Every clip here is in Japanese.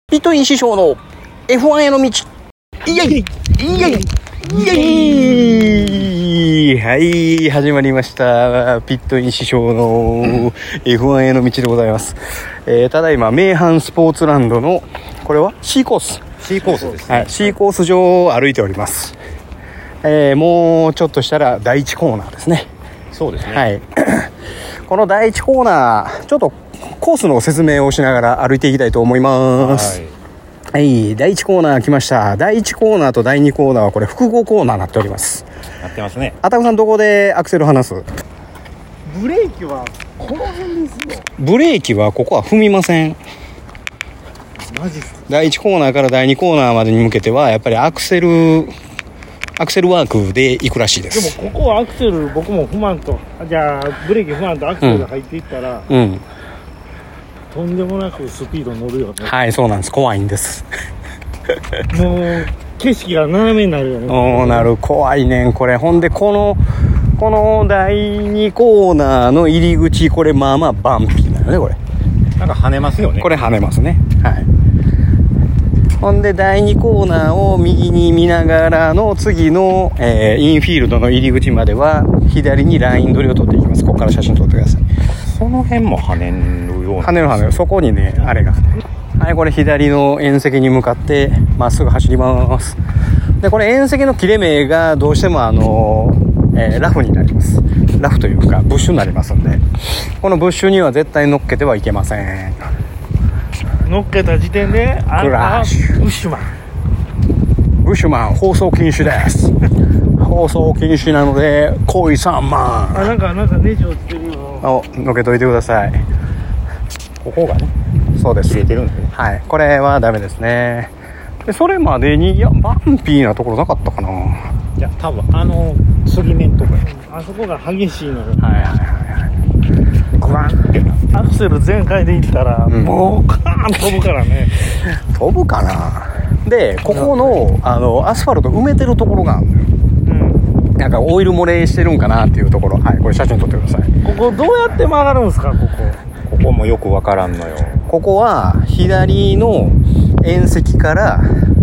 ピットイン師匠の F1 への道。イエイイエイイエイ。はい、始まりました。ピットイン師匠の F1 への道でございます。ただいま名阪スポーツランドのこれは C コース。 C コースですね。 はい、C コース上を歩いております。もうちょっとしたら第1コーナーですね。 そうですね。 はい。この第1コーナー、ちょっとコースの説明をしながら歩いていきたいと思います。はい、第1コーナー来ました。第1コーナーと第2コーナーはこれ複合コーナーになっております。 なってますね。 あたくさんどこでアクセル離す？ ブレーキはこの辺ですよ。 ブレーキはここは踏みません。 マジっすか？ 第1コーナーから第2コーナーまでに向けてはやっぱりアクセルワークで行くらしいです。 でもここはアクセル僕も踏まんと、じゃあブレーキ踏まんとアクセルが入っていったら、とんでもなくスピード乗るよね。 はい、そうなんです。怖いんです。 もう景色が斜めになるよね。 なる、怖いねんこれ。ほんでこの第2コーナーの入り口、これまあまあバンピーなのね。これなんか跳ねますよね。 これ跳ねますね。はい。ほんで第2コーナーを右に見ながらの次の、インフィールドの入り口までは左にライン取りを取っていきます。ここから写真撮ってください。 その辺も跳ねるような。 跳ねる。そこにね、あれが。はい、これ左の縁石に向かってまっすぐ走ります。で、これ縁石の切れ目がどうしてもラフになります。ラフというかブッシュになりますんで、このブッシュには絶対乗っけてはいけません。 乗っけた時点でクラッシュ。 ブッシュマン放送禁止です。放送禁止なので恋3万。 なんかネジ落ちてるよ。 乗っけといてください。 ここがね、 そうです。 切れてるんでね。 はい、これはダメですね。でそれまでにバンピーなところなかったかな。 いや、多分継ぎ目のとこや。 あそこが激しいのよ。 グワンってアクセル全開でいったら、もうカーン飛ぶからね。 飛ぶかな。でここのアスファルト埋めてるところがあるのよ。なんかオイル漏れしてるんかなっていうところ。はい、これ写真撮ってください。 ここどうやって曲がるんですか？ ここもよくわからんのよ。 ここは左の縁石から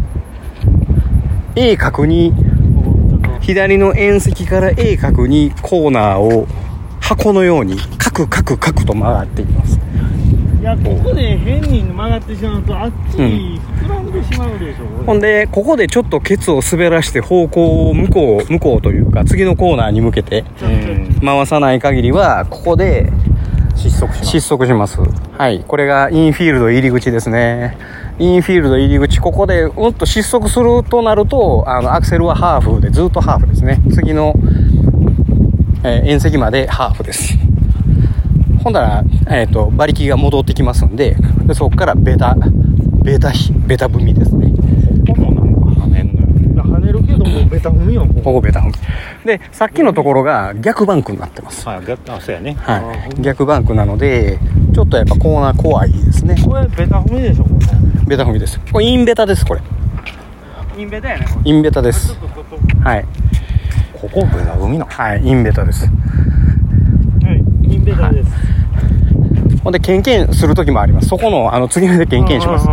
鋭角に、左の縁石から鋭角にコーナーを箱のようにカクカクカクと曲がっていきます。 いや、ここで変に曲がってしまうとあっちに膨らんでしまうでしょ。 ほんでここでちょっとケツを滑らして方向を向こうというか次のコーナーに向けて回さない限りはここで失速します。はい、これがインフィールド入り口ですね。インフィールド入り口、ここで失速するとなるとアクセルはハーフで、ずっとハーフですね。次の、縁石までハーフです。ほんだら、馬力が戻ってきますんで、そこからベタ踏みですね。 ここもなんか跳ねんのよ。 跳ねるけどもベタ踏みよ。 ここベタ踏みで、さっきのところが逆バンクになってます。 はい、そうやね。 はい、逆バンクなのでちょっとやっぱコーナー怖いですね。 これベタ踏みでしょ。 ベタ踏みです。これインベタです。これインベタやね。 インベタです。はい、 ここベタ踏みの。 はい、インベタです。 はい、インベタです。 ほんでケンケンする時もあります。そこの次のでケンケンします。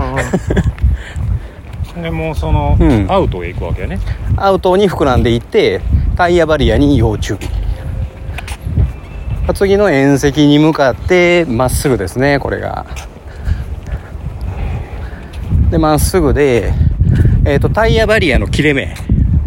でもうアウトへ行くわけよね。 アウトに膨らんでいってタイヤバリアに要注意。次の縁石に向かってまっすぐですね。これがでまっすぐで、タイヤバリアの切れ目、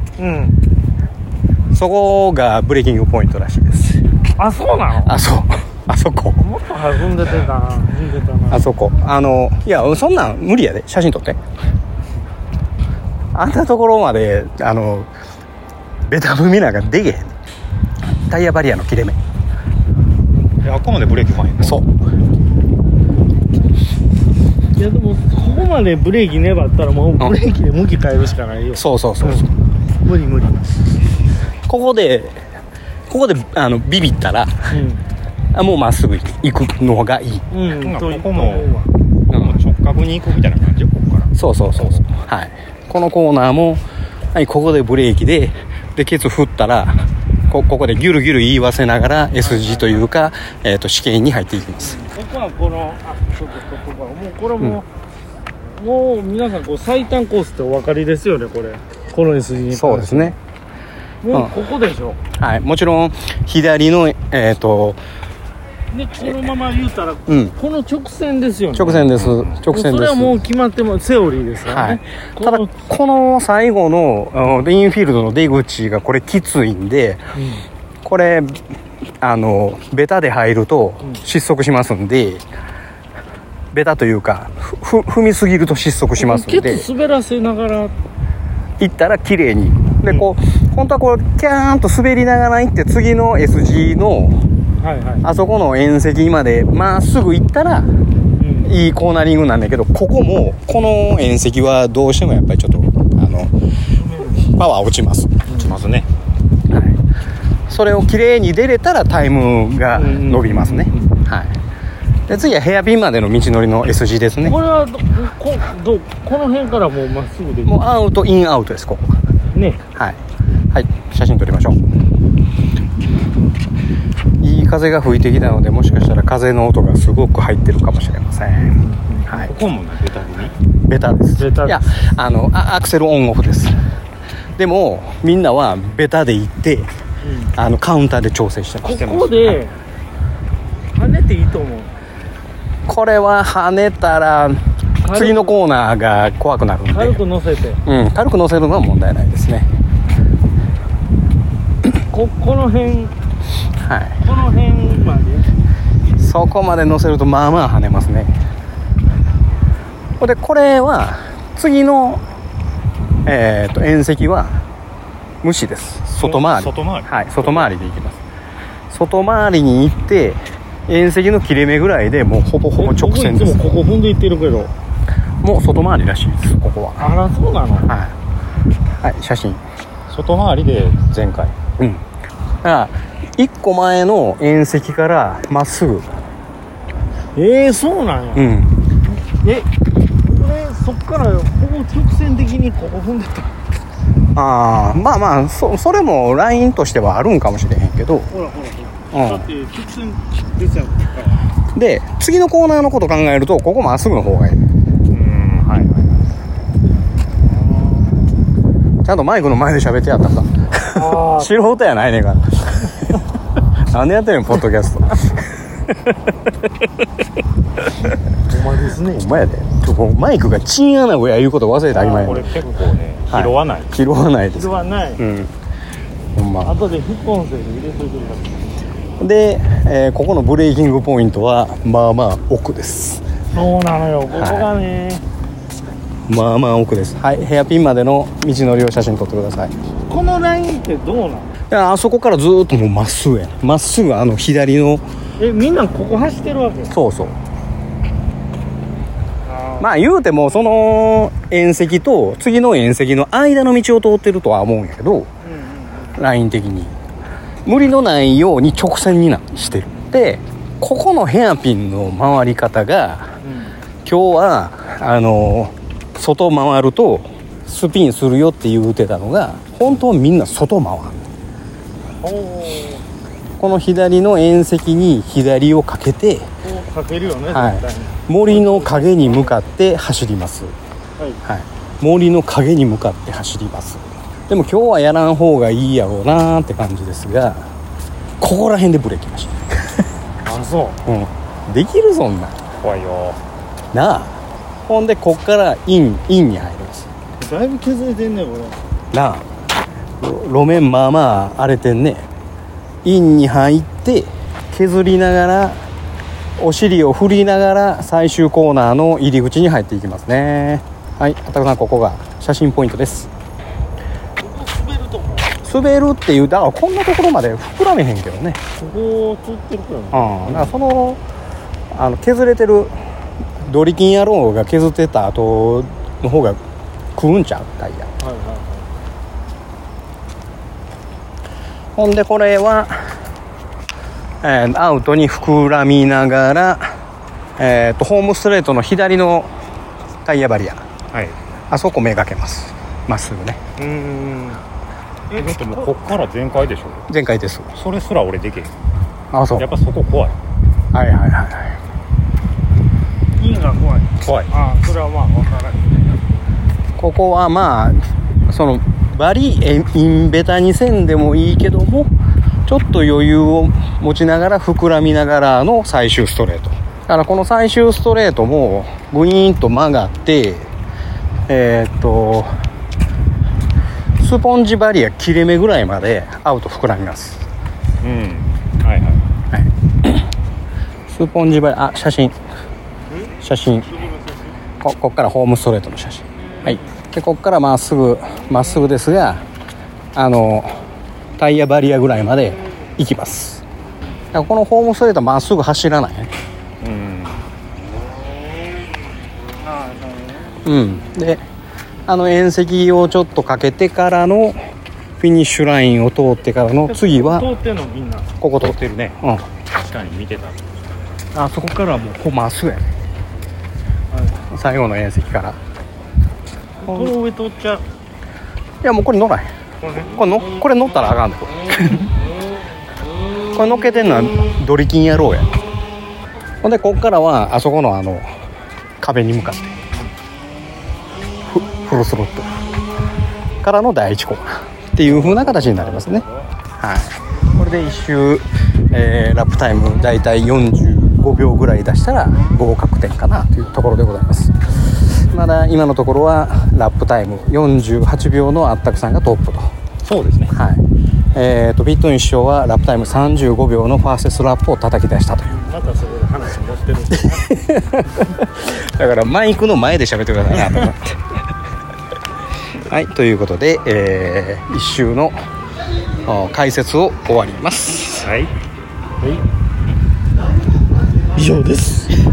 そこがブレーキングポイントらしいです。 あ、そうなの？ あそこもっと踏んでたな。 あそこいやそんなん無理やで。写真撮って。あんなところまでベタ踏みなんかできへん。タイヤバリアの切れ目。 あここまでブレーキ踏まへんの？ そう。 いやでもここまでブレーキ粘ったらもうブレーキで向き変えるしかないよ。 そう、 無理。 ここでビビったら、もうまっすぐ行くのがいい。 ここも直角に行くみたいな感じよ。ここからそう。はい、このコーナーも、はい、ここでブレーキでケツ振ったらここでギュルギュル言いわせながら S 字というか、試験に入っていきます。 僕はこのもうこれも、 もう皆さんこう最短コースってお分かりですよね、これ。この S 字に。 そうですね。 もうここでしょ。 はい。もちろん、左の、 で、このまま言うたら、この直線ですよね。 直線です。直線です。 それはもう決まってもセオリーですからね。 はい。ただ、この最後のインフィールドの出口がこれきついんで、これ、ベタで入ると失速しますんで、ベタというか、踏みすぎると失速しますんで。 ケツ滑らせながら。 行ったら綺麗に。で、こう、本当はこう、キャーンと滑りながら行って、次の S 字の、あそこの縁石までまっすぐ行ったら、いいコーナリングなんだけど、ここも、この縁石はどうしてもやっぱりちょっと、パワー落ちます。 落ちますね。 はい。それを綺麗に出れたらタイムが伸びますね。はい。で、次はヘアピンまでの道のりの S 字ですね。 これはこの辺からもうまっすぐで。 もうアウト、インアウトです、ここ。 ね。 はい。はい。写真撮りましょう。いい風が吹いてきたので、もしかしたら風の音がすごく入ってるかもしれません。はい。 ここもね、ベタでね。 ベタです。いや、アクセルオンオフです。でも、みんなはベタで行って、カウンターで調整してます。 ここで、跳ねていいと思う。 これは跳ねたら、次のコーナーが怖くなるんで。 軽く乗せて。 軽く乗せるのは問題ないですね。 この辺。 はい。 この辺まで。 そこまで乗せるとまあまあ跳ねますね。で、これは次の縁石は無視です。外回り。 外回り。 はい、外回りで行きます。外回りに行って縁石の切れ目ぐらいでもうほぼほぼ直線です。 いつもここ踏んでいってるけど。 もう外回りらしいです。ここは。 あら、そうなの。 はい。はい、写真。 外回りで前回。 だから1個前の縁石からまっすぐ。 そうなんや。これそっからほぼ直線的にここ踏んでた。 まあまあそれもラインとしてはあるんかもしれへんけど。 ほら。だって直線出ちゃったから。 で、次のコーナーのこと考えるとここまっすぐの方がいい。はい。ちゃんとマイクの前で喋ってやったか。素人やないねんから。何やってんのポッドキャスト。 お前ですね。 お前やで。マイクがチンアナゴや言うこと忘れてありません。 これ結構ね、拾わない。 拾わないです。 拾わない。 ほんま。 後で副音声で入れといてください。 で、ここのブレーキングポイントはまあまあ奥です。 そうなのよ、ここがね、 まあまあ奥です。はい、ヘアピンまでの道のりを写真撮ってください。 このラインってどうなの？ いや、あそこからずーっともうまっすぐや。まっすぐ左の。 みんなここ走ってるわけ？ そうそう。まあ言うてもその縁石と次の縁石の間の道を通ってるとは思うんやけど、ライン的に無理のないように直線にしてる。で、ここのヘアピンの回り方が、今日は外回るとスピンするよって言うてたのが、本当はみんな外回る。この左の縁石に左をかけて、 かけるよね、 はい、森の影に向かって走ります、はいはい、森の影に向かって走ります。でも今日はやらん方がいいやろうなーって感じですが、ここら辺でブレーキましたあ、そう、 できる？そんな怖いよなあ。ほんでこっからインに入るんです。 だいぶ削れてんねこれなあ。路面まあまあ荒れてんね。インに入って削りながらお尻を振りながら最終コーナーの入り口に入っていきますね。はい、畑さん、ここが写真ポイントです。 滑るとこ滑るっていう、だからこんなところまで膨らめへんけどね。 ここを通ってるからね。 だからその削れてるドリキン野郎が削ってた後の方が食うんちゃうタイヤ。ほんでこれは、アウトに膨らみながら、ホームストレートの左のタイヤバリア、はい、あそこめがけます。まっすぐね。 だってもうこっから全開でしょ。 全開です。 それすら俺できへん。 あ、そう。 やっぱそこ怖い。 はいはいはいはい。 インが怖い。 怖い。 あ、それはまあ分からない。 ここはまあそのバリインベタにせんでもいいけども、ちょっと余裕を持ちながら膨らみながらの最終ストレートだから、この最終ストレートもグイーンと曲がってスポンジバリア切れ目ぐらいまでアウト膨らみます。 はいはいスポンジバリア、写真こっからホームストレートの写真。はい。でこっからまっすぐですが、タイヤバリアぐらいまで行きます。だからこのホームストレートはまっすぐ走らないね。で縁石をちょっとかけてからのフィニッシュラインを通ってからの次は通ってんのみんなここ通ってるね。 確かに見てた。 あそこからはもうこうまっすぐやね、最後の縁石からこの上通っちゃう。 いやもうこれ乗らへん。これ乗ったらあかんでこれ乗っけてんのはドリキン野郎や。ほんでこっからはあそこの壁に向かってフルスロットからの第1コーナーっていう風な形になりますね。はい。これで1周、ラップタイムだいたい45秒ぐらい出したら合格点かなというところでございます。まだ今のところはラップタイム48秒のあったくさんがトップと。 そうですね。 はい。ピットイン師匠はラップタイム35秒のファーステストラップを叩き出したという。 またそこで話持ってるんですだからマイクの前で喋ってくださいなと思ってはい、ということで、1周の解説を終わります。 はい、 以上です。